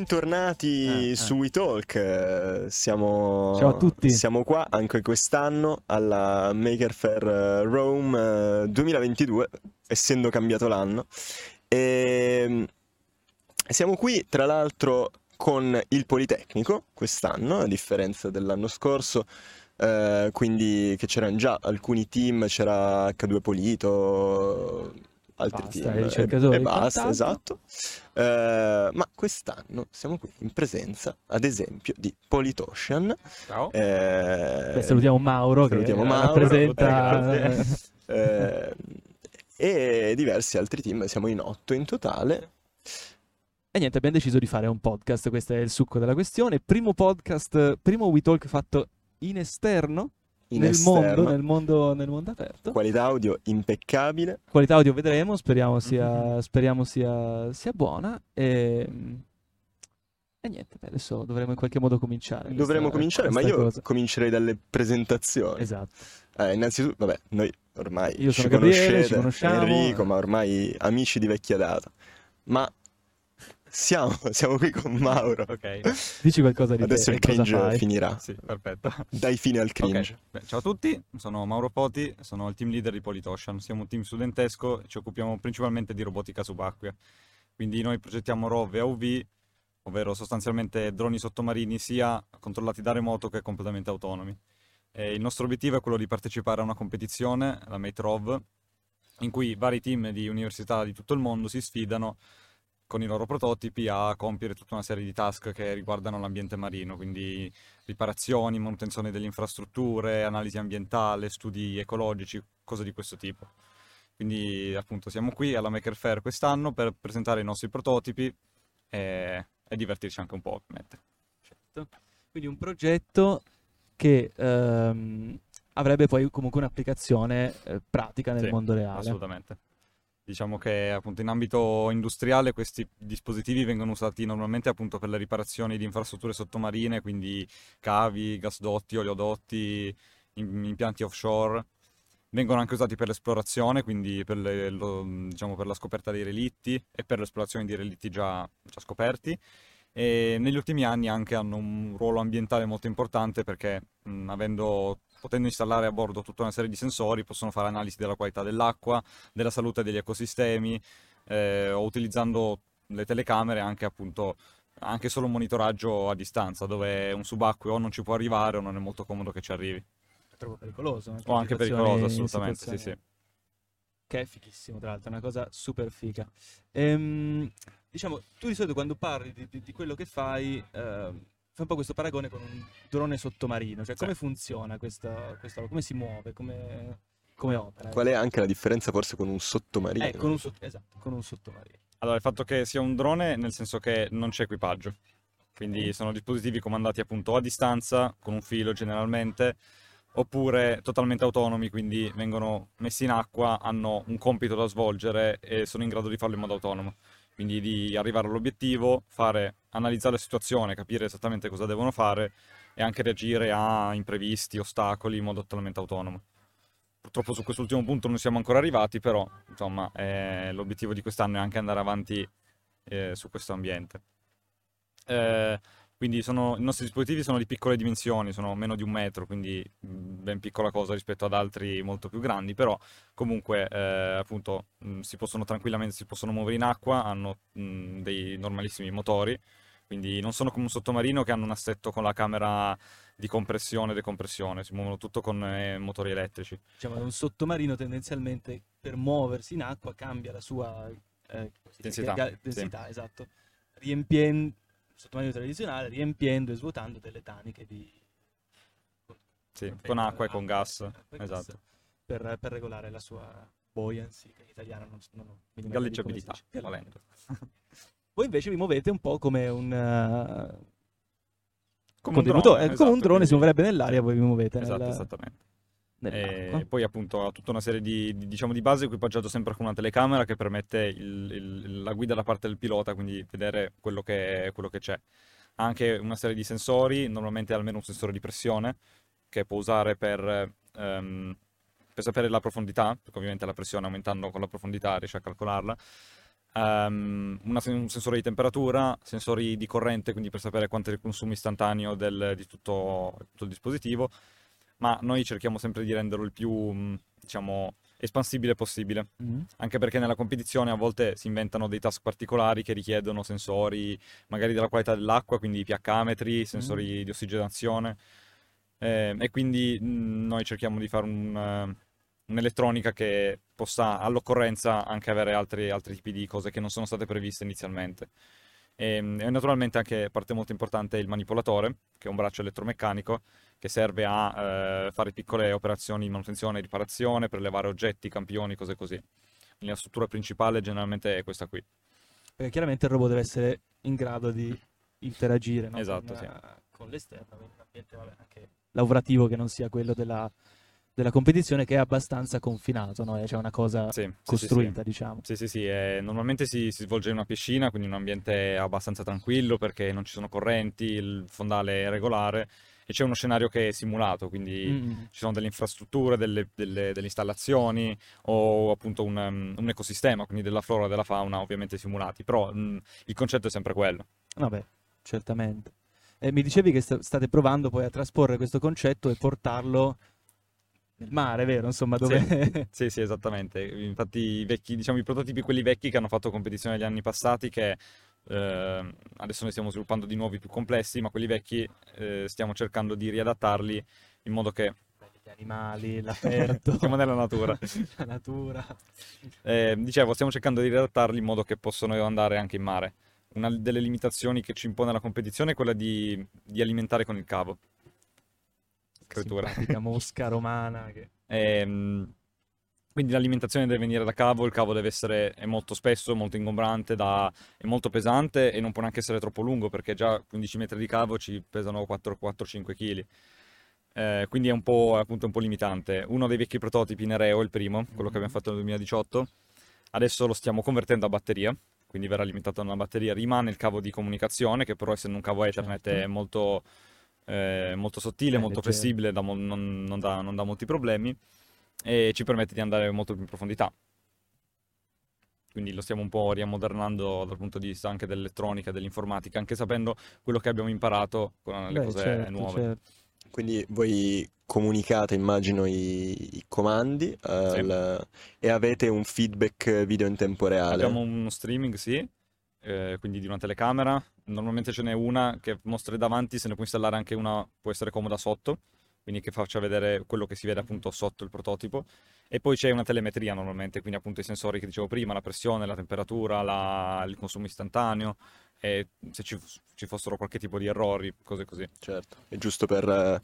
bentornati su WeTalk. Ciao a tutti. Siamo qua anche quest'anno alla Maker Faire Rome 2022, essendo cambiato l'anno. E siamo qui, tra l'altro, con il Politecnico quest'anno, a differenza dell'anno scorso. Quindi che c'erano già alcuni team, c'era H2 Polito, altri Basta, team i ricercatori e e basta, quant'altro. esatto. Ma quest'anno siamo qui in presenza, ad esempio, di Politocean. Ciao. Beh, salutiamo Mauro Salutiamo che Mauro, rappresenta grazie. E diversi altri team, siamo in 8 in totale. E niente, abbiamo deciso di fare un podcast, questo è il succo della questione. Primo podcast, primo WeTalk fatto in esterno, In nel esterno. mondo aperto. Qualità audio impeccabile. Qualità audio vedremo, speriamo sia buona. E niente, beh, adesso dovremo in qualche modo cominciare. Dovremmo cominciare, ma io cosa. comincerei dalle presentazioni. Esatto. Innanzitutto, vabbè, noi ormai Io ci sono Gabriele, conoscete, ci conosciamo. Enrico, ma ormai amici di vecchia data. Ma siamo qui con Mauro. Ok, Dici qualcosa di Adesso te, il cosa cringe fai? finirà. sì, perfetto. Dai fine al cringe. Ok, beh, ciao a tutti, sono Mauro Poti, sono il team leader di Politocean. Siamo un team studentesco e ci occupiamo principalmente di robotica subacquea. Quindi noi progettiamo ROV e AUV, ovvero sostanzialmente droni sottomarini sia controllati da remoto che completamente autonomi. E il nostro obiettivo è quello di partecipare a una competizione, la MateROV, in cui vari team di università di tutto il mondo si sfidano con i loro prototipi a compiere tutta una serie di task che riguardano l'ambiente marino, quindi riparazioni, manutenzione delle infrastrutture, analisi ambientale, studi ecologici, cose di questo tipo. Quindi appunto siamo qui alla Maker Faire quest'anno per presentare i nostri prototipi e divertirci anche un po', ovviamente. Certo. Quindi un progetto che avrebbe poi comunque un'applicazione pratica nel Sì, mondo reale. assolutamente. Diciamo che appunto in ambito industriale questi dispositivi vengono usati normalmente appunto per le riparazioni di infrastrutture sottomarine, quindi cavi, gasdotti, oleodotti, impianti offshore. Vengono anche usati per l'esplorazione, quindi diciamo, per la scoperta dei relitti e per l'esplorazione di relitti già scoperti. E negli ultimi anni anche hanno un ruolo ambientale molto importante perché potendo installare a bordo tutta una serie di sensori possono fare analisi della qualità dell'acqua, della salute degli ecosistemi, o utilizzando le telecamere anche appunto anche solo un monitoraggio a distanza dove un subacqueo non ci può arrivare o non è molto comodo che ci arrivi. È troppo pericoloso. O anche pericoloso, assolutamente, sì, sì. Che è fighissimo, tra l'altro, è una cosa super figa. Diciamo, tu di solito quando parli di quello che fai, fai un po' questo paragone con un drone sottomarino, cioè Sì. come funziona questa come si muove, come opera. Qual è anche la differenza forse con un sottomarino? Esatto, con un sottomarino. Allora, il fatto che sia un drone nel senso che non c'è equipaggio, quindi sono dispositivi comandati appunto a distanza, con un filo generalmente, oppure totalmente autonomi, quindi vengono messi in acqua, hanno un compito da svolgere e sono in grado di farlo in modo autonomo. Quindi di arrivare all'obiettivo, analizzare la situazione, capire esattamente cosa devono fare e anche reagire a imprevisti, ostacoli in modo totalmente autonomo. Purtroppo su quest'ultimo punto non siamo ancora arrivati, però insomma l'obiettivo di quest'anno è anche andare avanti su questo ambiente. Quindi i nostri dispositivi sono di piccole dimensioni, sono meno di 1 metro, quindi ben piccola cosa rispetto ad altri molto più grandi, però comunque appunto si possono muovere in acqua, hanno dei normalissimi motori, quindi non sono come un sottomarino che hanno un assetto con la camera di compressione e decompressione, si muovono tutto con motori elettrici. Diciamo che un sottomarino tendenzialmente per muoversi in acqua cambia la sua Densità, densità, esatto, riempiendo sottomarino tradizionale, riempiendo e svuotando delle taniche Sì, con acqua e con gas, esatto. per regolare la sua buoyancy, che in italiano non ho minimamente Galleggiabilità, come si dice. volendo. Voi invece vi muovete un po' come un Come un contenutore, drone, come esatto, un drone si quindi- muoverebbe nell'aria, voi vi muovete Esatto, esattamente. nell'acqua. E poi appunto ha tutta una serie diciamo, di base equipaggiato sempre con una telecamera che permette la guida da parte del pilota, quindi vedere quello che c'è. Ha anche una serie di sensori, normalmente almeno un sensore di pressione, che può usare per sapere la profondità, perché ovviamente la pressione aumentando con la profondità riesce a calcolarla. un sensore di temperatura, sensori di corrente, quindi per sapere quanto è il consumo istantaneo di tutto il dispositivo, ma noi cerchiamo sempre di renderlo il più, diciamo, espansibile possibile. Mm. Anche perché nella competizione a volte si inventano dei task particolari che richiedono sensori magari della qualità dell'acqua, quindi pH-metri, sensori di ossigenazione. E quindi noi cerchiamo di fare un'elettronica che possa all'occorrenza anche avere altri tipi di cose che non sono state previste inizialmente. E naturalmente anche parte molto importante è il manipolatore, che è un braccio elettromeccanico che serve a fare piccole operazioni di manutenzione e riparazione, prelevare oggetti, campioni, cose così. Quindi la struttura principale generalmente è questa qui. Perché chiaramente il robot deve essere in grado di interagire, no? Esatto, con, sì. con l'esterno, quindi un ambiente anche lavorativo che non sia quello della competizione, che è abbastanza confinato, no? C'è una cosa Sì, sì, costruita, sì. diciamo. Sì. Normalmente si svolge in una piscina, quindi in un ambiente abbastanza tranquillo perché non ci sono correnti, il fondale è regolare e c'è uno scenario che è simulato, quindi Mm. ci sono delle infrastrutture, delle installazioni o appunto un ecosistema, quindi della flora e della fauna ovviamente simulati, però il concetto è sempre quello. Vabbè, certamente. Mi dicevi che state provando poi a trasporre questo concetto e portarlo nel mare, vero? Insomma, Sì, dove... sì, esattamente. Infatti diciamo, i prototipi, quelli vecchi che hanno fatto competizione negli anni passati, che adesso ne stiamo sviluppando di nuovi più complessi, ma quelli vecchi stiamo cercando di riadattarli in modo che Gli animali, l'aperto, siamo nella natura. la natura. Dicevo, stiamo cercando di riadattarli in modo che possano andare anche in mare. Una delle limitazioni che ci impone la competizione è quella di alimentare con il cavo. Creatura. Simpatica mosca romana che... Quindi l'alimentazione deve venire da cavo, il cavo è molto spesso, molto ingombrante, è molto pesante e non può neanche essere troppo lungo perché già 15 metri di cavo ci pesano 4-5 kg. Quindi è appunto un po' limitante. Uno dei vecchi prototipi Nereo, il primo, quello che abbiamo fatto nel 2018, adesso lo stiamo convertendo a batteria, quindi verrà alimentato da una batteria. Rimane il cavo di comunicazione, che però essendo un cavo Ethernet è molto sottile, molto leggero. flessibile, non dà molti problemi e ci permette di andare molto più in profondità. Quindi lo stiamo un po' riammodernando dal punto di vista anche dell'elettronica, dell'informatica, anche sapendo quello che abbiamo imparato con le Beh, cose certo, nuove. certo. Quindi voi comunicate, immagino, i comandi e avete un feedback video in tempo reale. Abbiamo uno streaming, sì, quindi di una telecamera. Normalmente ce n'è una che mostra davanti, se ne può installare anche una, può essere comoda sotto, quindi che faccia vedere quello che si vede appunto sotto il prototipo. E poi c'è una telemetria normalmente, quindi appunto i sensori che dicevo prima, la pressione, la temperatura, il consumo istantaneo, e se ci fossero qualche tipo di errori, cose così. Certo, è giusto per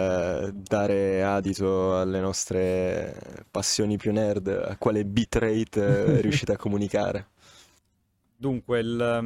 dare adito alle nostre passioni più nerd, a quale bitrate riuscite a comunicare. Dunque,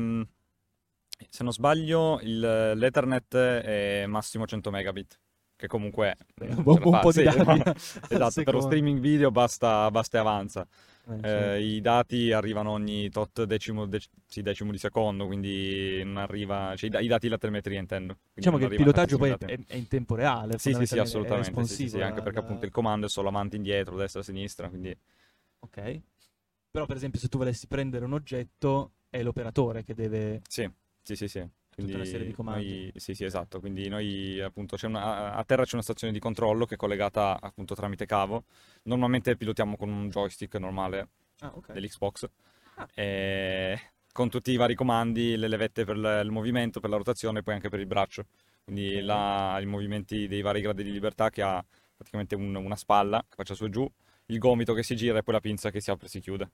se non sbaglio, l'Ethernet è massimo 100 megabit, che comunque Beh, ce un la fa, po' di sì. dati al Esatto, per lo secondo. streaming video basta e avanza. Certo. I dati arrivano ogni tot decimo di secondo, quindi non arriva, cioè i dati della telemetria intendo. Quindi Diciamo non che il arriva pilotaggio poi tantissimi dati. è in tempo reale, Sì, fondamentalmente è assolutamente, responsivo. anche perché appunto il comando è solo avanti, indietro, destra, sinistra, quindi Ok. Però per esempio se tu volessi prendere un oggetto è l'operatore che deve... sì. tutta una serie di comandi. Sì, esatto. Quindi noi appunto a terra c'è una stazione di controllo che è collegata appunto tramite cavo. Normalmente pilotiamo con un joystick normale Ah, ok. dell'Xbox Ah. con tutti i vari comandi, le levette per il movimento, per la rotazione e poi anche per il braccio. Quindi Ok. là i movimenti dei vari gradi di libertà che ha praticamente una spalla che faccia su e giù, il gomito che si gira e poi la pinza che si apre e si chiude.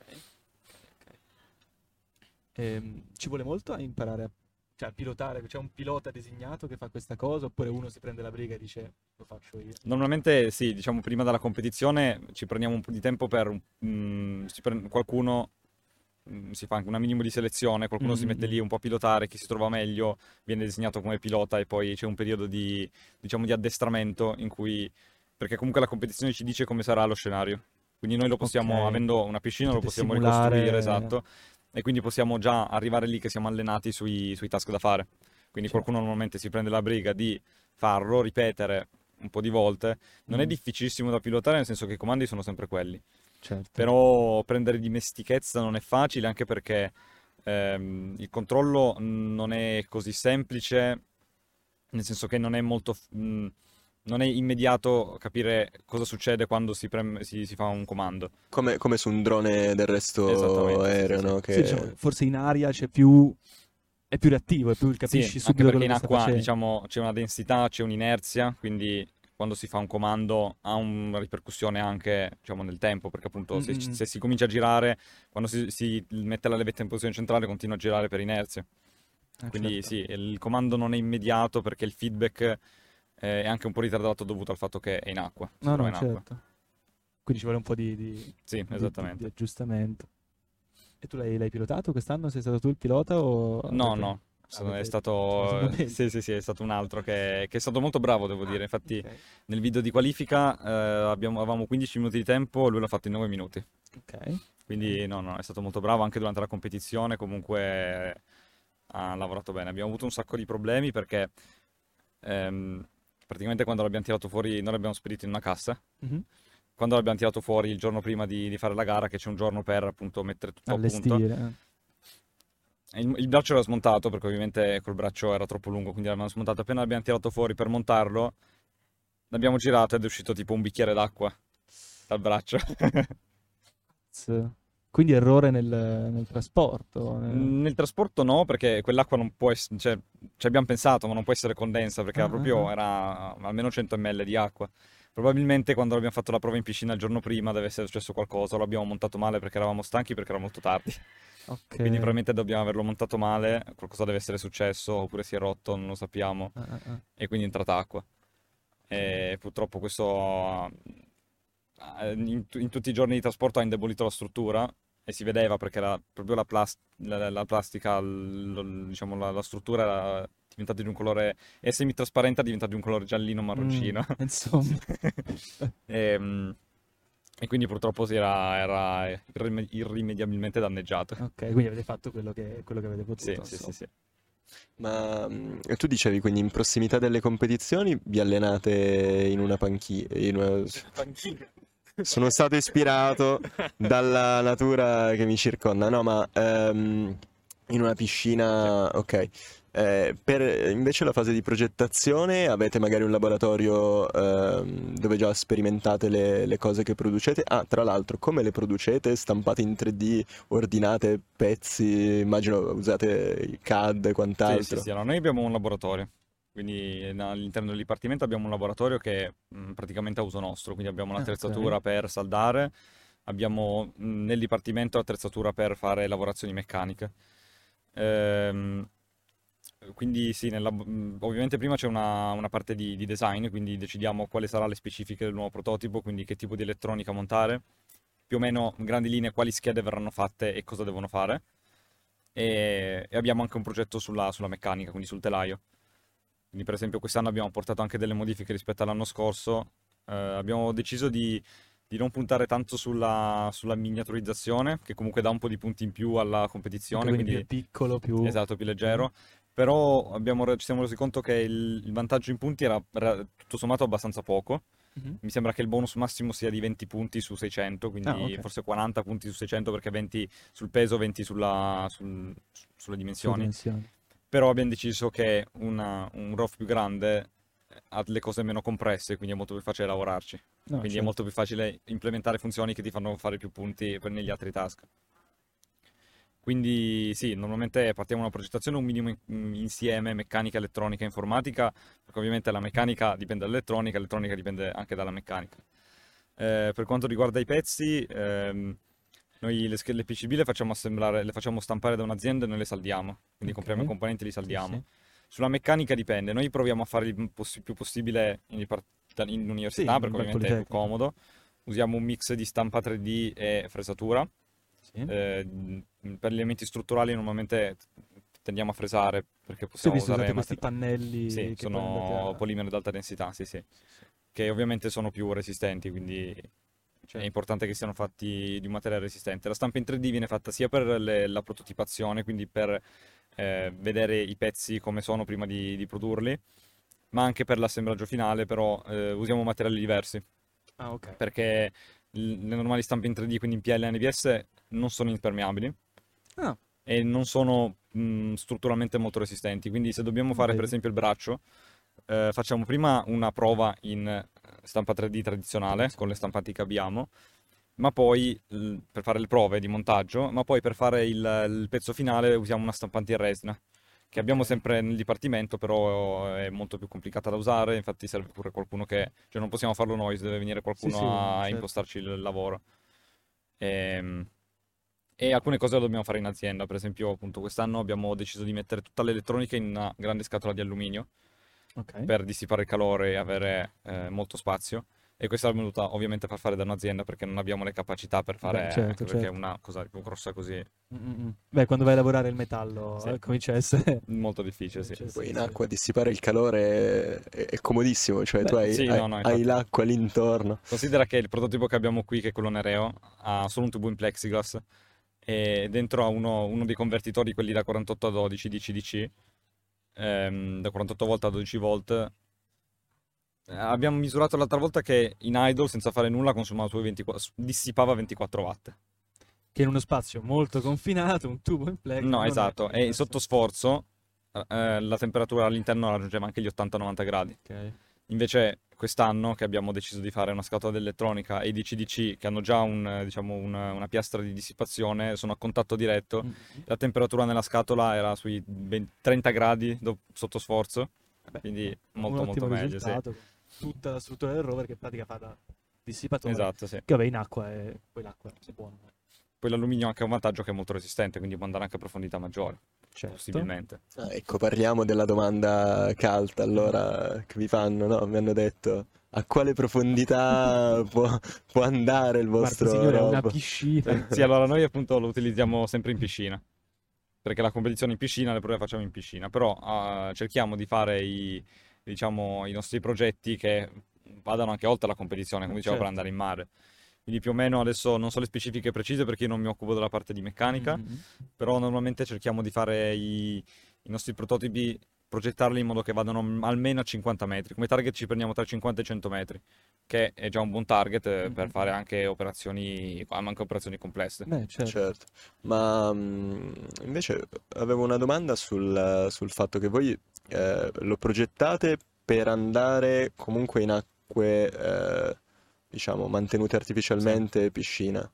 Ok. Ci vuole molto a imparare a pilotare? C'è un pilota designato che fa questa cosa oppure uno si prende la briga e dice lo faccio io? Normalmente sì, diciamo prima della competizione ci prendiamo un po' di tempo qualcuno si fa anche una minimo di selezione, qualcuno si mette lì un po' a pilotare, chi si trova meglio viene designato come pilota e poi c'è un periodo diciamo, di addestramento in cui, perché comunque la competizione ci dice come sarà lo scenario, quindi noi lo possiamo, Ok. avendo una piscina, lo Potete possiamo simulare- ricostruire, esatto, e quindi possiamo già arrivare lì che siamo allenati sui task da fare. Quindi Certo. qualcuno normalmente si prende la briga di farlo, ripetere un po' di volte. Non è difficilissimo da pilotare, nel senso che i comandi sono sempre quelli. certo. Però prendere dimestichezza non è facile, anche perché il controllo non è così semplice, nel senso che non è non è immediato capire cosa succede quando si fa un comando. Come su un drone del resto Esattamente, sì, sì, aereo, sì. no? Sì, diciamo, Che... forse in aria è più reattivo, Sì, capisci anche subito perché quello in che sta acqua, facendo. diciamo, c'è una densità, c'è un'inerzia, quindi quando si fa un comando ha una ripercussione anche, diciamo, nel tempo, perché appunto Mm, mm, mm. se si comincia a girare, quando si mette la levetta in posizione centrale continua a girare per inerzia. Quindi Certo. sì, il comando non è immediato perché il feedback è anche un po' ritardato dovuto al fatto che è in acqua, si No, trova no, in acqua. certo. Quindi ci vuole un po' Sì, di esattamente. aggiustamento. E tu l'hai pilotato quest'anno? Sei stato tu il pilota o No, no, è Insomma, sono stato, momenti. sì, sì, sì, è stato un altro che è stato molto bravo, devo dire. Infatti, Ok, nel video di qualifica avevamo 15 minuti di tempo, lui l'ha fatto in 9 minuti. ok. Quindi, no, no, è stato molto bravo anche durante la competizione. Comunque, ha lavorato bene. Abbiamo avuto un sacco di problemi perché ehm, praticamente quando l'abbiamo tirato fuori, noi l'abbiamo spedito in una cassa. Mhm. Quando l'abbiamo tirato fuori il giorno prima di fare la gara, che c'è un giorno per appunto mettere tutto a punto. Allestire. Il braccio era smontato perché ovviamente col braccio era troppo lungo, quindi l'abbiamo smontato. Appena l'abbiamo tirato fuori per montarlo, l'abbiamo girato ed è uscito tipo un bicchiere d'acqua dal braccio. Quindi errore nel trasporto. Nel trasporto no, perché quell'acqua non può essere, cioè, ci abbiamo pensato, ma non può essere condensa perché Ah, ah, ah. era almeno 100 ml di acqua. Probabilmente quando abbiamo fatto la prova in piscina il giorno prima deve essere successo qualcosa, o l'abbiamo montato male perché eravamo stanchi, perché era molto tardi. Ok. Quindi probabilmente dobbiamo averlo montato male, qualcosa deve essere successo, oppure si è rotto, non lo sappiamo, Ah, ah, ah. e quindi è entrata acqua. Ok. E purtroppo questo in tutti i giorni di trasporto ha indebolito la struttura e si vedeva perché era proprio la plastica, diciamo la struttura era diventata di un colore, è semitrasparente, è diventata di un colore giallino marroncino. Insomma. E, e quindi purtroppo era irrimediabilmente danneggiato. Ok, quindi avete fatto quello che avete Sì, potuto, sì, sì, insomma. sì. Ma tu dicevi quindi in prossimità delle competizioni vi allenate in una panchina, sono stato ispirato dalla natura che mi circonda, no, ma in una piscina, ok. Per invece la fase di progettazione avete magari un laboratorio dove già sperimentate le cose che producete? Ah, tra l'altro, come le producete? Stampate in 3D, ordinate pezzi, immagino usate il CAD e Sì, sì, quant'altro. sì, allora, noi abbiamo un laboratorio, quindi all'interno del dipartimento abbiamo un laboratorio che è praticamente a uso nostro, quindi abbiamo Ah, ok. l'attrezzatura per saldare, abbiamo nel dipartimento l'attrezzatura per fare lavorazioni meccaniche. Ehm, quindi sì, ovviamente prima c'è una parte di design, quindi decidiamo quali saranno le specifiche del nuovo prototipo, quindi che tipo di elettronica montare, più o meno in grandi linee quali schede verranno fatte e cosa devono fare. E abbiamo anche un progetto sulla meccanica, quindi sul telaio. Quindi per esempio quest'anno abbiamo portato anche delle modifiche rispetto all'anno scorso. Abbiamo deciso di non puntare tanto sulla miniaturizzazione, che comunque dà un po' di punti in più alla Ok, competizione, quindi più è quindi piccolo, più... esatto, più Mhm. leggero. Però ci siamo resi conto che il vantaggio in punti era tutto sommato abbastanza poco. Mhm. Mi sembra che il bonus massimo sia di 20 punti su 600, Ah, quindi ok. forse 40 punti su 600 perché 20 sul peso, 20 sulle Sulle dimensioni. dimensioni. Però abbiamo deciso che un ROV più grande ha delle cose meno compresse, quindi è molto più facile lavorarci. No, Quindi è certo. molto più facile implementare funzioni che ti fanno fare più punti negli altri task. Quindi sì, normalmente partiamo da una progettazione un minimo insieme meccanica, elettronica e informatica, perché ovviamente la meccanica dipende dall'elettronica, l'elettronica dipende anche dalla meccanica. Per quanto riguarda i pezzi, noi le PCB le facciamo assemblare, le facciamo stampare da un'azienda e noi le saldiamo, quindi compriamo i Ok. componenti e li Sì, saldiamo. sì. Sulla meccanica dipende, noi proviamo a fare il più possibile in Sì, università perché al ovviamente è più Politecnico. comodo. Usiamo un mix di stampa 3D e fresatura. Sì. Per gli elementi strutturali normalmente tendiamo a fresare perché Sì, ho possiamo visto usare usate questi materiali. Sì, pannelli che poi andate sono a... polimeri ad alta densità, sì, sì, Sì, sì. che ovviamente sono più resistenti, quindi è Certo. importante che siano fatti di un materiale resistente. La stampa in 3D viene fatta sia per la prototipazione, quindi per vedere i pezzi come sono prima di produrli, ma anche per l'assemblaggio finale, però usiamo materiali diversi Ah, ok. perché le normali stampe in 3D, quindi in PL e NBS, non sono impermeabili Ah, e non sono strutturalmente molto resistenti. Quindi se dobbiamo fare per vedi. esempio il braccio, facciamo prima una prova in stampa 3D tradizionale con le stampanti che abbiamo, ma poi per fare le prove di montaggio, ma poi per fare il pezzo finale usiamo una stampante in resina che abbiamo Ok. sempre nel dipartimento, però è molto più complicata da usare, infatti serve pure qualcuno che, cioè non possiamo farlo noi, deve venire Sì, qualcuno sì, a certo. impostarci il lavoro. Ehm, E, alcune cose le dobbiamo fare in azienda, per esempio appunto quest'anno abbiamo deciso di mettere tutta l'elettronica in una grande scatola di alluminio Ok. per dissipare il calore e avere molto spazio. E questa l'abbiamo dovuta ovviamente far fare da un'azienda perché non abbiamo le capacità per Beh, fare, certo, anche perché è certo. una cosa tipo grossa così, Beh, quando vai a lavorare il metallo sì, comincia a essere... molto difficile, sì. comincia a Poi essere in sì. acqua dissipare il calore è comodissimo, cioè tu Beh, hai, Sì, hai- no, no, hai infatti. l'acqua lì intorno. Considera che il prototipo che abbiamo qui, che è quello Nereo, ha solo un tubo in plexiglass e dentro ha uno dei convertitori, quelli da 48 a 12 DC-DC, da 48 volt a 12 volt. Abbiamo misurato l'altra volta che in idle, senza fare nulla, consumava solo 24, dissipava 24 watt. che in uno spazio molto confinato, un tubo in plexi No, non è esatto. E sotto diverso. sforzo la temperatura all'interno raggiungeva anche gli 80-90 gradi. Ok. Invece quest'anno che abbiamo deciso di fare una scatola d'elettronica e i DC-DC che hanno già diciamo, una piastra di dissipazione, sono a contatto diretto, Mm. la temperatura nella scatola era sui 30 gradi sotto sforzo, Vabbè, quindi un molto molto ottimo meglio, sì. risultato con tutta la struttura del rover che in pratica fa da dissipatore, Esatto, sì. che vabbè in acqua è... poi l'acqua è buona. Poi l'alluminio ha anche un vantaggio che è molto resistente, quindi può andare anche a profondità maggiori, Certo. possibilmente. Ah, ecco, parliamo della domanda calda allora che vi fanno, no? Mi hanno detto a quale profondità può andare il Guarda vostro signore, è una robo? piscina. Sì, allora noi appunto lo utilizziamo sempre in piscina, perché la competizione in piscina, le prove le facciamo in piscina, però cerchiamo di fare diciamo, i nostri progetti che vadano anche oltre la competizione, come dicevo, per Certo. andare in mare. Quindi più o meno adesso non so le specifiche precise perché io non mi occupo della parte di meccanica, Mm. però normalmente cerchiamo di fare i nostri prototipi, progettarli in modo che vadano almeno a 50 metri. Come target ci prendiamo tra 50 e 100 metri, che è già un buon target per fare Mm. anche operazioni, anche operazioni complesse. Beh, certo. Certo, ma invece avevo una domanda sul fatto che voi lo progettate per andare comunque in acque, diciamo, mantenute Sì. artificialmente, piscina.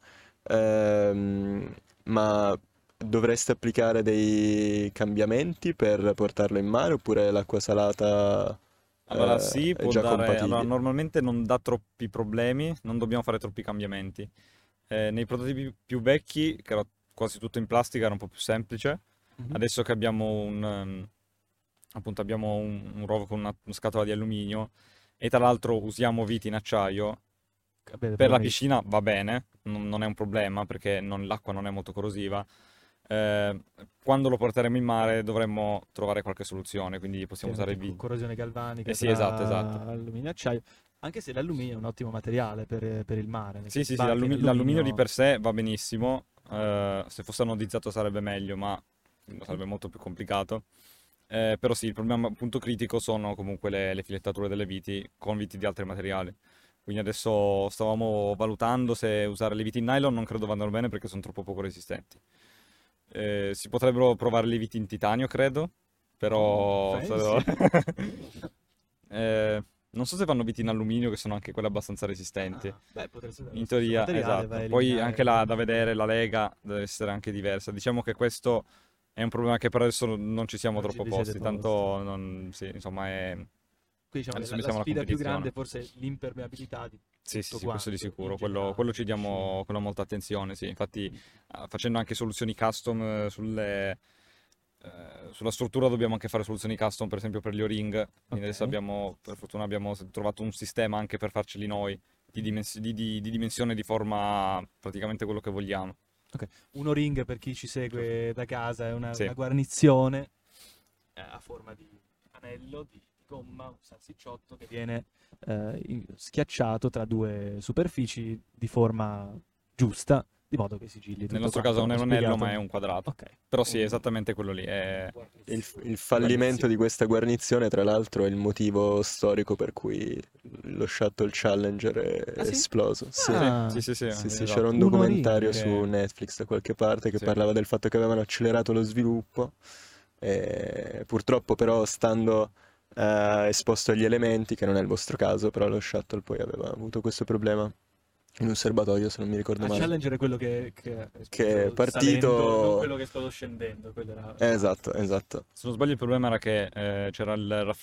Ma dovreste applicare dei cambiamenti per portarlo in mare oppure l'acqua salata, Allora sì, è può già dare. Allora, compatibile? normalmente non dà troppi problemi, non dobbiamo fare troppi cambiamenti. Nei prototipi più vecchi, che era quasi tutto in plastica, era un po' più semplice. Mhm. Adesso che abbiamo appunto abbiamo un rovo con una scatola di alluminio e tra l'altro usiamo viti in acciaio, Vabbè, il per la problema è... piscina va bene, non è un problema perché l'acqua non è molto corrosiva. Eh, Quando lo porteremo in mare dovremmo trovare qualche soluzione, quindi possiamo usare Chiaramente i viti. corrosione Eh galvanica sì, esatto, esatto. tra alluminio e acciaio, anche se l'alluminio è un ottimo materiale per il mare, nel Sì, senso sì, sì, barche in l'alluminio di alluminio... per sé va benissimo, se fosse anodizzato sarebbe meglio, ma Ok. sarebbe molto più complicato. Però sì, il problema appunto critico sono comunque le filettature delle viti con viti di altri materiali. Quindi adesso stavamo valutando se usare le viti in nylon, non credo vadano bene perché sono troppo poco resistenti. Si potrebbero provare le viti in titanio, credo, però... Fancy. non so se vanno viti in alluminio, che sono anche quelle abbastanza resistenti. Ah, beh, potrebbe essere lo In stesso teoria, materiale, vai esatto. a Poi anche eliminare... da vedere la lega deve essere anche diversa. Diciamo che questo è un problema che per adesso non ci siamo Non ci troppo vi siete posti, posti. tanto non, sì, insomma, Qui diciamo che adesso la iniziamo la sfida più competizione. grande forse è l'impermeabilità di Sì, sì, tutto sì, questo di quanto, in sicuro. Quello generale, ci piscina. diamo molta attenzione, sì. Infatti, facendo anche soluzioni custom sulla struttura dobbiamo anche fare soluzioni custom, per esempio per gli O-ring. Quindi adesso Ok. abbiamo, per fortuna abbiamo trovato un sistema anche per farceli noi, di dimensione e di forma, praticamente quello che vogliamo. Ok. Un O-ring per chi ci segue da casa è Sì, una guarnizione a forma di anello di gomma, un salsicciotto che viene schiacciato tra due superfici di forma giusta, Di modo che i sigilli, Nel tutto nostro quanto, caso non è un ho anello, spiegato. ma è un quadrato. Ok. Però sì, è esattamente quello lì. È... Il fallimento di questa guarnizione, tra l'altro, è il motivo storico per cui lo Shuttle Challenger è Ah sì? esploso. Sì. Ah, Sì, Sì, sì, esatto. c'era un Un documentario O-ring. su Netflix da qualche parte che Sì. parlava del fatto che avevano accelerato lo sviluppo e purtroppo però stando esposto agli elementi, che non è il vostro caso, però lo Shuttle poi aveva avuto questo problema in un serbatoio, se non mi ricordo Ah, male. Challenger è quello che è Che è esploso salendo, non partito... quello che è esploso scendendo. Quello era... Esatto, esatto. Se non sbaglio il problema era che c'era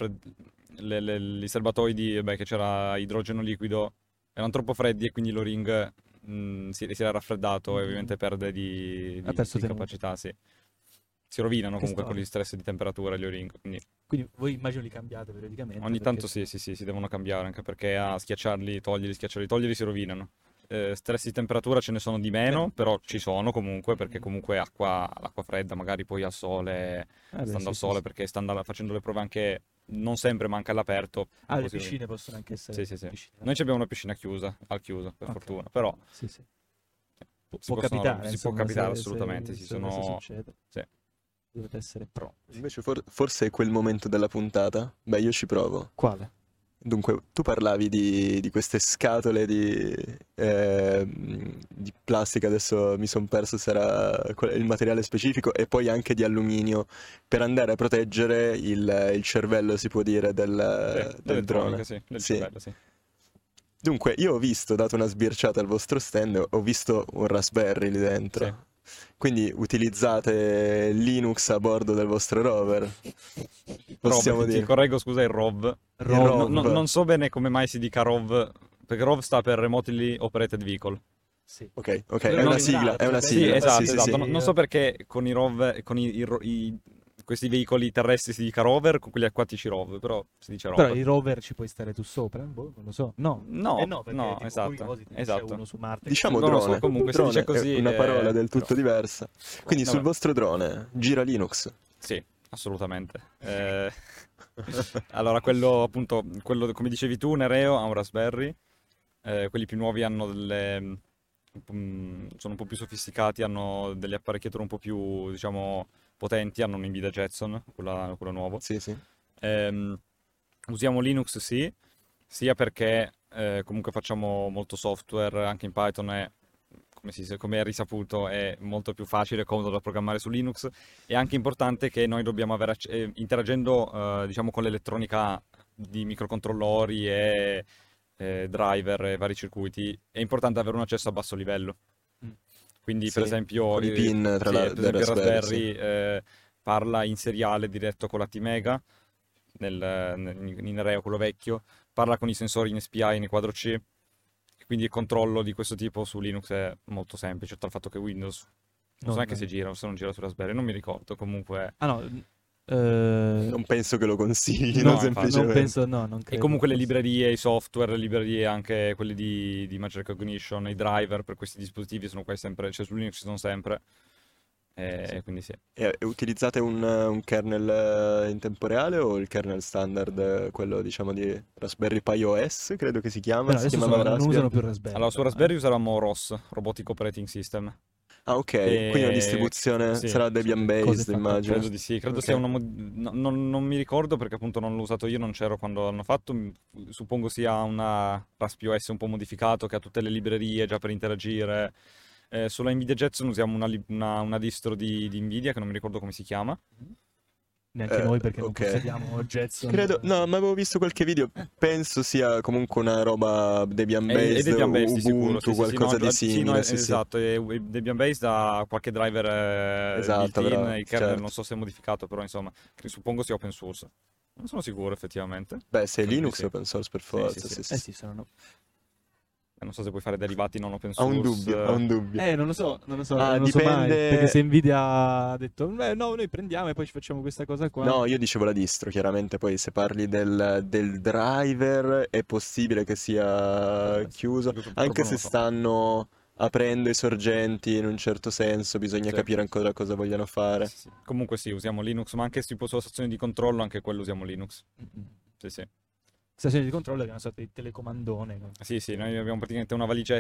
i serbatoi vabbè, che c'era idrogeno liquido, erano troppo freddi e quindi l'O-ring si era raffreddato e ovviamente perde Ha perso di tenuta. capacità, sì. Si rovinano Che comunque con storia. gli stress di temperatura gli O-ring, quindi Quindi voi immagino li cambiate periodicamente. ogni perché tanto sì, si devono cambiare, anche perché a schiacciarli, toglierli si rovinano. Stress di temperatura ce ne sono di meno, Beh, però ci sono comunque, perché comunque l'acqua fredda, magari poi al sole, beh, stando al sì, sole, sì. perché stando facendo le prove anche, non sempre, ma anche all'aperto. Ah, un le po' si rovina. piscine possono anche essere Sì, sì, sì. piscine. Noi ci abbiamo una piscina chiusa, al chiuso, per Ok. fortuna, però Sì, sì. si Può possono- capitare, si può insomma, capitare se, assolutamente, sì, se dovesse sono... succedere. Sì. Dovete essere pro. Invece forse è quel momento della puntata? Beh, io ci provo. Quale? Dunque, tu parlavi di queste scatole di plastica, adesso mi sono perso se era il materiale specifico, e poi anche di alluminio per andare a proteggere il cervello, si può dire, del L'elettronica, drone. sì, del Sì. cervello, sì. Dunque, io ho visto, dato una sbirciata al vostro stand, ho visto un Raspberry lì dentro. Sì. Quindi utilizzate Linux a bordo del vostro rover, possiamo ROV, ti dire. correggo, scusa, il ROV. Il ROV. ROV. Non so bene come mai si dica ROV, perché ROV sta per Remotely Operated Vehicle. Sì. Ok, ok, Quello è una non- sigla, è una Sì, Sì, sigla. esatto, Sì, esatto. sì. Non so perché con i ROV, questi veicoli terrestri si dica rover, con quelli acquatici ROV, però si dice Però ROV. i rover ci puoi stare tu sopra? Boh, non lo so. No. No, No, perché no, tipo esatto, Curiosity, c'è esatto. uno su Marte. Diciamo Non lo so, drone. comunque si dice Drone così, è una parola del però- tutto diversa. Quindi sul Vabbè. vostro drone gira Linux. Sì, assolutamente. Allora, quello appunto, quello come dicevi tu, Nereo ha un Raspberry, quelli più nuovi hanno sono un po' più sofisticati, hanno delle apparecchiature un po' più, diciamo, potenti, hanno un'Nvidia Jetson, quello nuovo. Sì, sì. Usiamo Linux, sì, sia perché comunque facciamo molto software anche in Python e come è risaputo è molto più facile e comodo da programmare su Linux. È anche importante che noi dobbiamo avere, interagendo diciamo con l'elettronica di microcontrollori e driver e vari circuiti, è importante avere un accesso a basso livello. Mm. Quindi, per Sì, esempio, con i pin sì, per del esempio il Raspberry, Raspberry parla in seriale diretto con la T-Mega in Reo, quello vecchio, parla con i sensori in SPI nei quadro C, e quindi il controllo di questo tipo su Linux è molto semplice, oltre al fatto che Windows non so neanche se gira o se non gira su Raspberry, non mi ricordo, comunque... Ah no, Non penso che lo consiglino, No, infatti. semplicemente. non penso, no, non E credo. comunque le forse. librerie, i software, le librerie anche quelli di Image Recognition, i driver per questi dispositivi sono quasi sempre, cioè su Linux ci sono sempre, Sì. quindi sì. E utilizzate un kernel in tempo reale o il kernel standard, quello diciamo di Raspberry Pi OS, credo che si chiama, Però si adesso chiamava non Raspbian. usano più Raspberry. Allora, su però, Raspberry usavamo ROS, Robotic Operating System. Ah, ok, quindi la E... distribuzione Sì, sarà cose Debian-based, fatte immagino. credo di sì, credo Ok. sia una non mi ricordo perché appunto non l'ho usato io, non c'ero quando l'hanno fatto. Suppongo sia una RaspBOS un po' modificato che ha tutte le librerie già per interagire. Sulla Nvidia Jetson usiamo una distro di Nvidia che non mi ricordo come si chiama. Neanche noi perché non ok. possediamo Jetson. Credo, no, ma avevo visto qualche video, penso sia comunque una roba È Debian-based, Debian-based di sicuro, Ubuntu, sì, qualcosa di sì, no, simile, sì, sì. esatto, è Debian-based ha qualche driver Esatto, built-in, bravo, il kernel certo. non so se è modificato, però insomma, suppongo sia open source. Non sono sicuro effettivamente. Beh, se è Credo di Linux sì. open source per Sì, forza, sì, sì, sì. sì. Sì, saranno... Non so se puoi fare derivati non open Ha un source. dubbio, ha un dubbio. Non lo so, non lo so, Ah, non lo so mai. dipende- Perché se Nvidia ha detto, no, noi prendiamo e poi ci facciamo questa cosa qua. No, io dicevo la distro, chiaramente poi se parli del driver è possibile che sia chiuso, Proprio anche non se lo so. stanno aprendo i sorgenti in un certo senso, bisogna Sì. capire ancora cosa vogliono fare. Sì, sì. Comunque sì, usiamo Linux, ma anche tipo sulla stazione di controllo, anche quello usiamo Linux. Mm-mm. Sì, sì. Stazione di controllo che è una sorta di telecomandone. No? Sì, sì, noi abbiamo praticamente una valigetta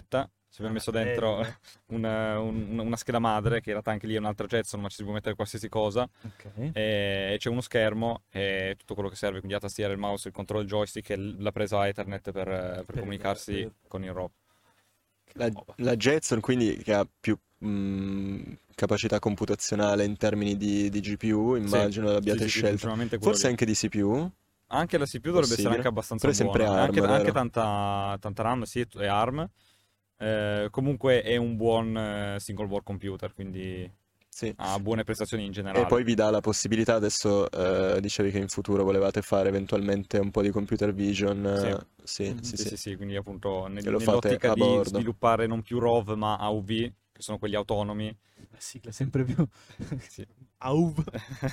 si è messo dentro una scheda madre, che in realtà anche lì è un'altra Jetson, ma ci si può mettere qualsiasi cosa, Ok. e c'è uno schermo e tutto quello che serve, quindi la tastiera, il mouse, il controllo del joystick e la presa Ethernet per comunicarsi con il ROV. Che La, roba. la Jetson quindi che ha più capacità computazionale in termini di GPU, Sì, immagino l'abbiate sì, scelta. principalmente quello Forse lì. anche di CPU, Anche la CPU dovrebbe essere possibile. anche abbastanza Però è sempre buona, ARM, anche vero? tanta RAM, sì, è ARM. Comunque è un buon single board computer, quindi Sì. ha buone prestazioni in E generale. poi vi dà la possibilità, adesso dicevi che in futuro volevate fare eventualmente un po' di computer vision, Sì. sì, Mhm. sì, Sì, sì, sì, sì, quindi appunto che lo fate nell'ottica a di bordo. sviluppare non più ROV ma AUV, che sono quelli autonomi. La sigla sempre più... Sì. AUV.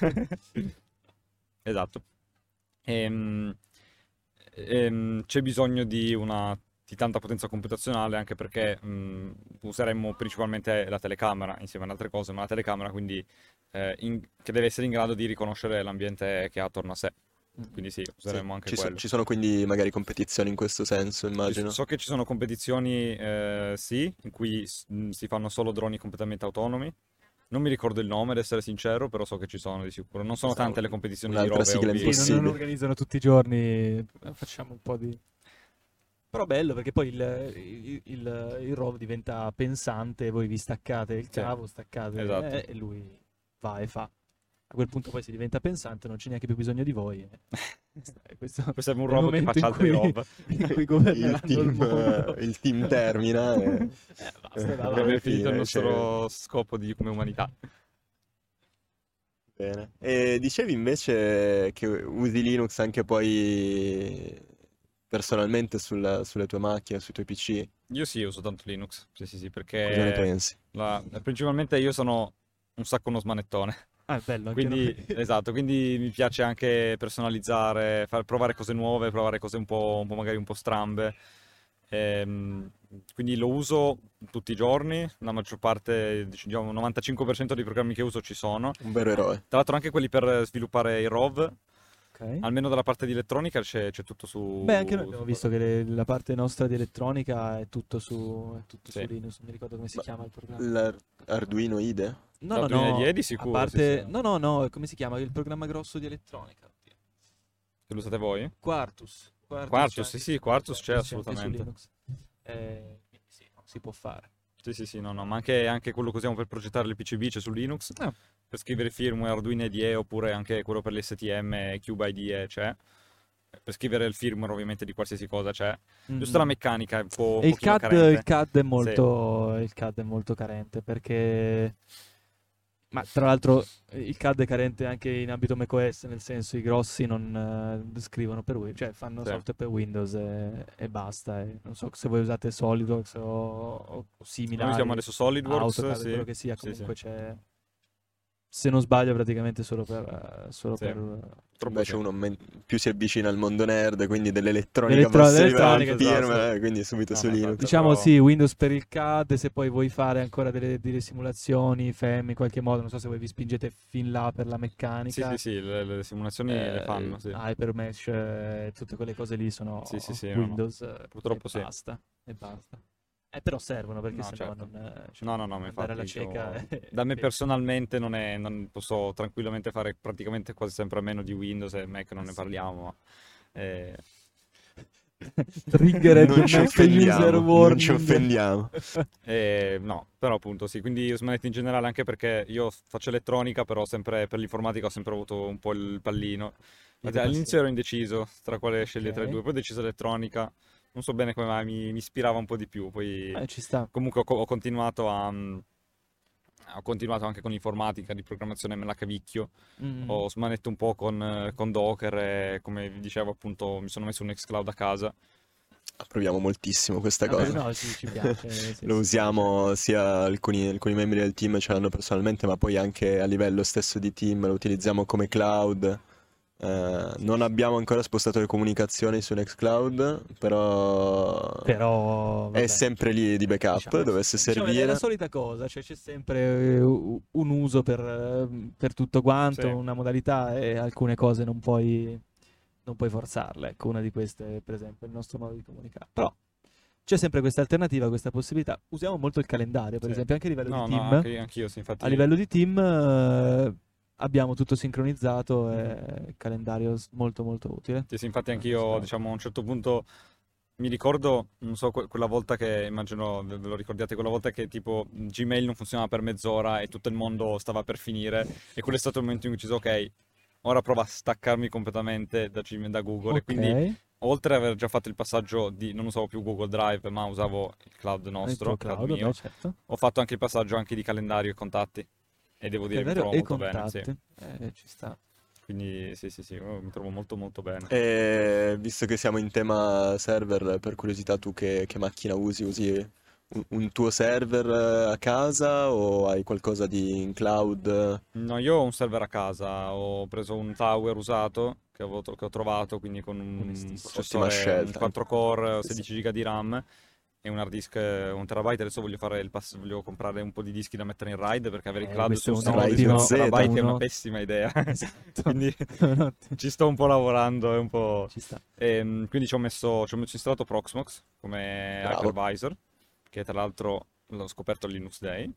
Esatto. Ehm, c'è bisogno di tanta potenza computazionale, anche perché useremmo principalmente la telecamera insieme ad altre cose, ma la telecamera quindi che deve essere in grado di riconoscere l'ambiente che ha attorno a sé. Quindi sì, Sì. useremo anche quello. Ci sono quindi magari competizioni in questo senso, immagino. So che ci sono competizioni, sì, in cui si fanno solo droni completamente autonomi. Non mi ricordo il nome, ad essere sincero, però so che ci sono di sicuro. Non sono tante le competizioni di Un'altra Rove sigla OV. Sì, non impossibile. organizzano tutti i giorni, facciamo un po' di... Però bello perché poi il ROV diventa pensante, voi vi staccate il Sì, cavo, staccate esatto. e lui va e fa. A quel punto poi si diventa pensante, non c'è neanche più bisogno di voi. Questo Questo è un è il robot che momento faccia altri Rove. in cui Il governeranno il team, mondo. il team termina e Basta, va Abbiamo alla avanti. finito il fine c'è... nostro scopo come umanità. Bene. E dicevi invece che usi Linux anche poi personalmente sulle tue macchine, sui tuoi PC. Io sì, uso tanto Linux. Sì, sì, sì, Cosa ne perché pensi? principalmente io sono un sacco uno smanettone. Ah, è bello, anche Quindi, noi. esatto, quindi mi piace anche personalizzare, provare cose nuove, provare cose un po' magari un po' strambe. Ehm, quindi lo uso tutti i giorni, la maggior parte, diciamo, il 95% dei programmi che uso ci sono. Un vero eroe. Tra l'altro anche quelli per sviluppare i ROV, Ok. almeno dalla parte di elettronica c'è tutto Beh, anche noi abbiamo su visto che la parte nostra di elettronica è tutto su sì. Linux, non mi ricordo come si Ma chiama il programma. l'Arduino IDE? No, no, L'Arduino IDE no, di a sicuro, sì, parte... sì. No, no, no, come si chiama? Il programma grosso di elettronica. Oddio. Che lo usate voi? Quartus. Quartus c'è Quartus, sì, anche sì, su, Quartus c'è Quartus c'è anche su assolutamente. Linux. Quindi sì, no, si può fare. Sì, sì, sì, no, no, ma anche quello che usiamo per progettare le PCB c'è su Linux, Ah, per scrivere firmware Arduino IDE oppure anche quello per l'STM, Cube IDE c'è, per scrivere il firmware ovviamente di qualsiasi cosa c'è. Giusto la mm. meccanica è un E pochino carente. Sì, Il CAD è molto carente perché... Ma tra l'altro il CAD è carente anche in ambito macOS, nel senso i grossi non scrivono per Windows, cioè fanno sì. software per Windows e basta. E non so se voi usate SolidWorks o Noi usiamo similari, adesso SolidWorks, AutoCAD, quello sì, che sia, sì, sì, comunque c'è, se non sbaglio, praticamente solo sì, per purtroppo Invece sì. uno più si avvicina al mondo nerd, quindi dell'elettronica a basso livello, il l'elettronica, Esatto, esatto. firmware, quindi subito no, su no, Linux. esatto, Diciamo però... sì, Windows per il CAD, se poi vuoi fare ancora delle simulazioni, FEM in qualche modo, non so se voi vi spingete fin là per la Sì, sì, meccanica, sì, le simulazioni le fanno, sì. Hypermesh, tutte quelle cose lì sono Sì, sì, sì, no, no. Windows e Purtroppo sì. basta, e basta. Però servono perché No, sennò certo. non, cioè, No, no, no, ma andare alla infatti cieca da me personalmente non posso tranquillamente fare praticamente quasi sempre a meno di Windows e Mac non ne sì. parliamo, ma Triggered Non ci Mac user offendiamo, non ci warning. offendiamo. no, però appunto sì, quindi smanetti in generale anche perché io faccio elettronica, però sempre per l'informatica ho sempre avuto un po' il pallino. Niente All'inizio passione. ero indeciso tra quale scegliere tra i Ok, due, poi ho deciso elettronica, non so bene come mai mi ispirava un po' di più, poi ci sta. comunque ho continuato ho continuato anche con informatica di programmazione me la cavicchio, Mm. ho smanetto un po' con Docker e come vi dicevo appunto mi sono messo un Nextcloud a casa. Approviamo moltissimo questa Vabbè, cosa. no, sì, ci piace, sì, Lo sì, sì. usiamo sia alcuni membri del team ce l'hanno personalmente, ma poi anche a livello stesso di team lo utilizziamo come cloud. Sì, Non sì. abbiamo ancora spostato le comunicazioni su Nextcloud, però Però, è vabbè, sempre lì di backup, diciamo, dovesse diciamo è la servire. solita cosa, cioè c'è sempre un uso per tutto quanto, Sì. una modalità e alcune cose non puoi forzarle. Ecco, una di queste, per esempio, è il nostro modo di comunicare. Però c'è sempre questa alternativa, questa possibilità. Usiamo molto il calendario, per Sì. esempio, anche a livello No, di no, team. anch'io, sì, infatti. A livello di team abbiamo tutto sincronizzato e il calendario molto molto utile. Sì, sì, infatti anch'io, diciamo, a un certo punto mi ricordo, non so, quella volta che, immagino ve lo ricordiate, quella volta che tipo Gmail non funzionava per mezz'ora e tutto il mondo stava per finire, e quello è stato il momento in cui ho deciso, ok, ora provo a staccarmi completamente da Gmail, da Google, e quindi Ok, oltre ad aver già fatto il passaggio di non usavo più Google Drive, ma usavo il cloud il nostro, tuo il cloud cloud, mio, beh, certo. ho fatto anche il passaggio anche di calendario e contatti, e devo dire che mi Calendario trovo e molto bene, sì. contatti. Ci sta. Quindi sì, sì, sì, mi trovo molto molto bene. E visto che siamo in tema server, per curiosità, tu che macchina usi? Usi un tuo server a casa o hai qualcosa di in cloud? No, io ho un server a casa, ho preso un tower usato che ho trovato, quindi con un Onestissimo. Ottima processore, un scelta. 4 core, Sì, sì. 16 giga di RAM e un hard disk 1 terabyte. Adesso voglio fare voglio comprare un po' di dischi da mettere in RAID, perché avere il cloud Questo su è un uno di RAID 1 Z. terabyte è una uno. pessima idea. Esatto. Quindi Un attimo. ci sto un po' lavorando, è un po'. Ci sta. Quindi ci ho installato Proxmox come Bravo. hypervisor, che tra l'altro l'ho scoperto al Linux Day,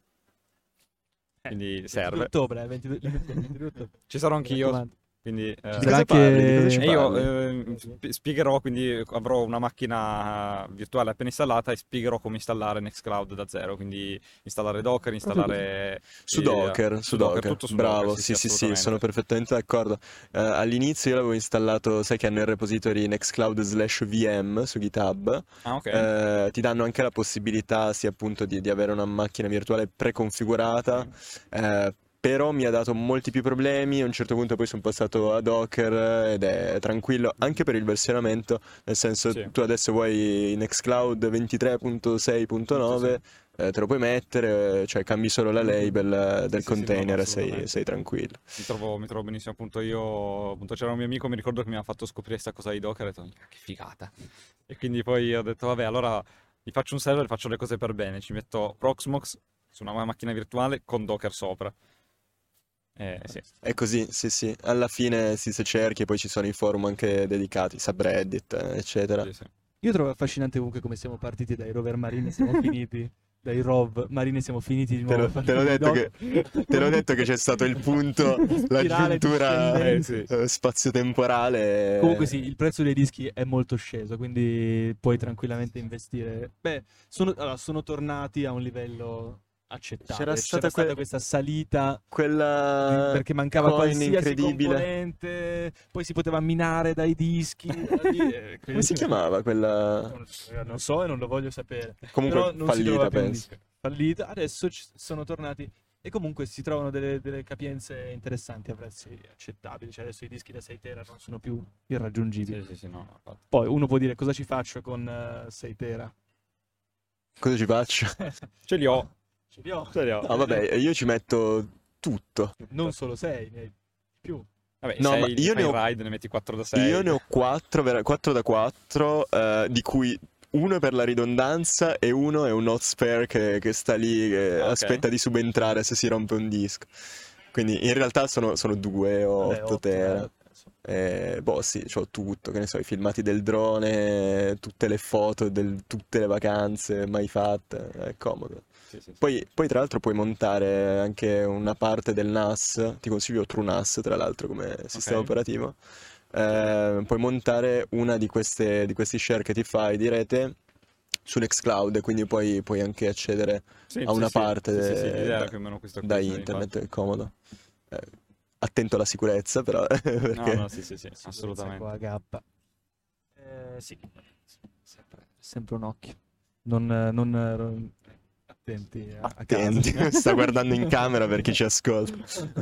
quindi 22 serve. ottobre, 22 ottobre. Ci sarò Mi anch'io, raccomando. quindi Ci Di sarà cosa parli? Di cosa ci che... e io parli? spiegherò, quindi avrò una macchina virtuale appena installata e spiegherò come installare Nextcloud da zero, quindi installare Docker, installare Su Docker, su Docker, tutto su Docker, bravo, sì, sì sì, sì sì, sono assolutamente. perfettamente d'accordo. All'inizio io l'avevo installato, sai che hanno il repository Nextcloud/VM su GitHub, Ah, ok. ti danno anche la possibilità, sì, appunto, di avere una macchina virtuale preconfigurata, però mi ha dato molti più problemi. A un certo punto poi sono passato a Docker ed è tranquillo anche per il versionamento, nel senso Sì, tu adesso vuoi Nextcloud sì, 23.6.9, te lo puoi mettere, cioè cambi solo la label sì, del sì, sì, no, no, container e sei assolutamente. tranquillo. Mi trovo benissimo, appunto io, appunto c'era un mio amico, mi ricordo che mi ha fatto scoprire questa cosa di Docker e ho detto, "Minchia, che figata." E quindi poi ho detto, vabbè, allora mi faccio un server, faccio le cose per bene, ci metto Proxmox su una macchina virtuale con Docker sopra. Sì, È così, sì sì, alla fine sì, se cerchi poi ci sono i forum anche dedicati, subreddit, eccetera. sì, sì. Io trovo affascinante comunque come siamo partiti dai rover marini e siamo finiti, dai rov marini e siamo finiti di nuovo a Te l'ho parlare di detto Docker. te l'ho detto che c'è stato il punto, Spirale l'aggiuntura discendente. Sì. spazio-temporale. Comunque sì, il prezzo dei dischi è molto sceso, quindi puoi tranquillamente investire. Beh, sono tornati a un livello C'era accettabile. stata C'era stata questa salita quella perché mancava coin qualsiasi incredibile. componente, poi si poteva minare dai dischi. Come si chiamava quella? Non so e non lo voglio sapere. Comunque Però non si trova fallita, più un penso. disco. Fallita. Adesso sono tornati e comunque si trovano delle capienze interessanti a prezzi accettabili. Cioè adesso i dischi da 6 tera non sono più irraggiungibili. Sì, sì, sì, no, infatti. Poi uno può dire cosa ci faccio con 6 tera? Cosa ci faccio? Ce li ho, Ce li ho. ce li ho. No, vabbè, io ci metto tutto. Non solo 6, ne hai più. Vabbè, No, ma li fai in RAID, ne metti 4 da 6. io ne ho 4, 4 da 4, di cui uno è per la ridondanza e uno è un hot spare che sta lì, che Ah, ok. aspetta di subentrare se si rompe un disco. Quindi in realtà sono 2 o Vabbè, 8 8 tera. Boh, sì, c'ho tutto, che ne so, i filmati del drone, tutte le foto di tutte le vacanze mai fatte, è comodo. Sì, sì, sì. Poi tra l'altro puoi montare anche una parte del NAS, ti consiglio TrueNAS tra l'altro come sistema Ok. operativo. Puoi montare una di questi share che ti fai di rete su Nextcloud, quindi puoi anche accedere Sì, a sì, una sì, parte sì, sì, l'idea era più o meno questa da qui, sì, internet, infatti. è comodo. Eh, Attento alla sicurezza però, No, perché no, sì, sì, sì, Sicurezza assolutamente. con la gappa. Sì, sempre un occhio. Non attenti a casa. attenti, sta guardando in camera per chi ci ascolta.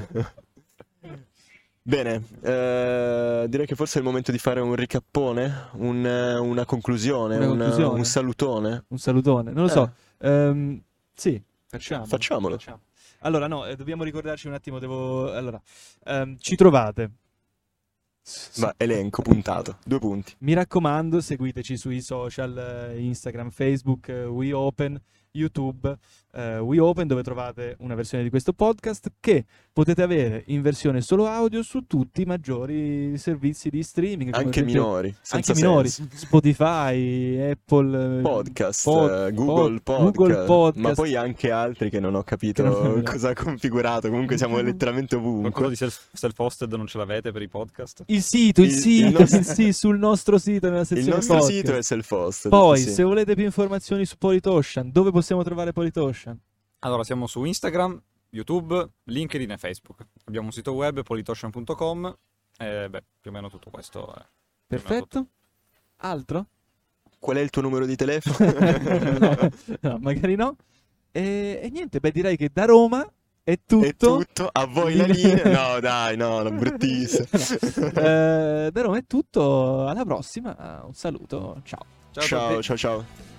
Bene, direi che forse è il momento di fare un ricappone, una conclusione, Una conclusione? un salutone. Un salutone. Non lo so. Sì, Facciamolo. facciamo. Allora, no, dobbiamo ricordarci un attimo. Allora, ci trovate. Ma elenco, puntato, 2 punti. Mi raccomando, seguiteci sui social, Instagram, Facebook, WeOpen. YouTube WeOpen, dove trovate una versione di questo podcast che potete avere in versione solo audio su tutti i maggiori servizi di streaming, come Anche ad esempio- minori, senza anche minori, senso. Spotify, Apple Podcast, Google Google Podcast, Podcast. ma poi anche altri che non ho capito Che non- cosa ha configurato. Comunque siamo letteralmente Qualcosa ovunque. di self-hosted non ce l'avete per i podcast? Il sito, Il nostro- sì, sul nostro sito, nella Il sezione nostro podcast. sito è self-hosted. Poi, sì. se volete più informazioni su Politocean, dove possiamo trovare Politocean? Allora, siamo su Instagram, YouTube, LinkedIn e Facebook. Abbiamo un sito web, politocean.com, e più o meno tutto questo. Più o meno tutto. Perfetto. Altro? Qual è il tuo numero di telefono? No, magari no. E niente, direi che da Roma è tutto. È tutto, a voi la linea. No, dai, no, no, bruttissimo. Da Roma è tutto. Alla prossima. Un saluto. Ciao. Ciao a tutti. Ciao, ciao, ciao.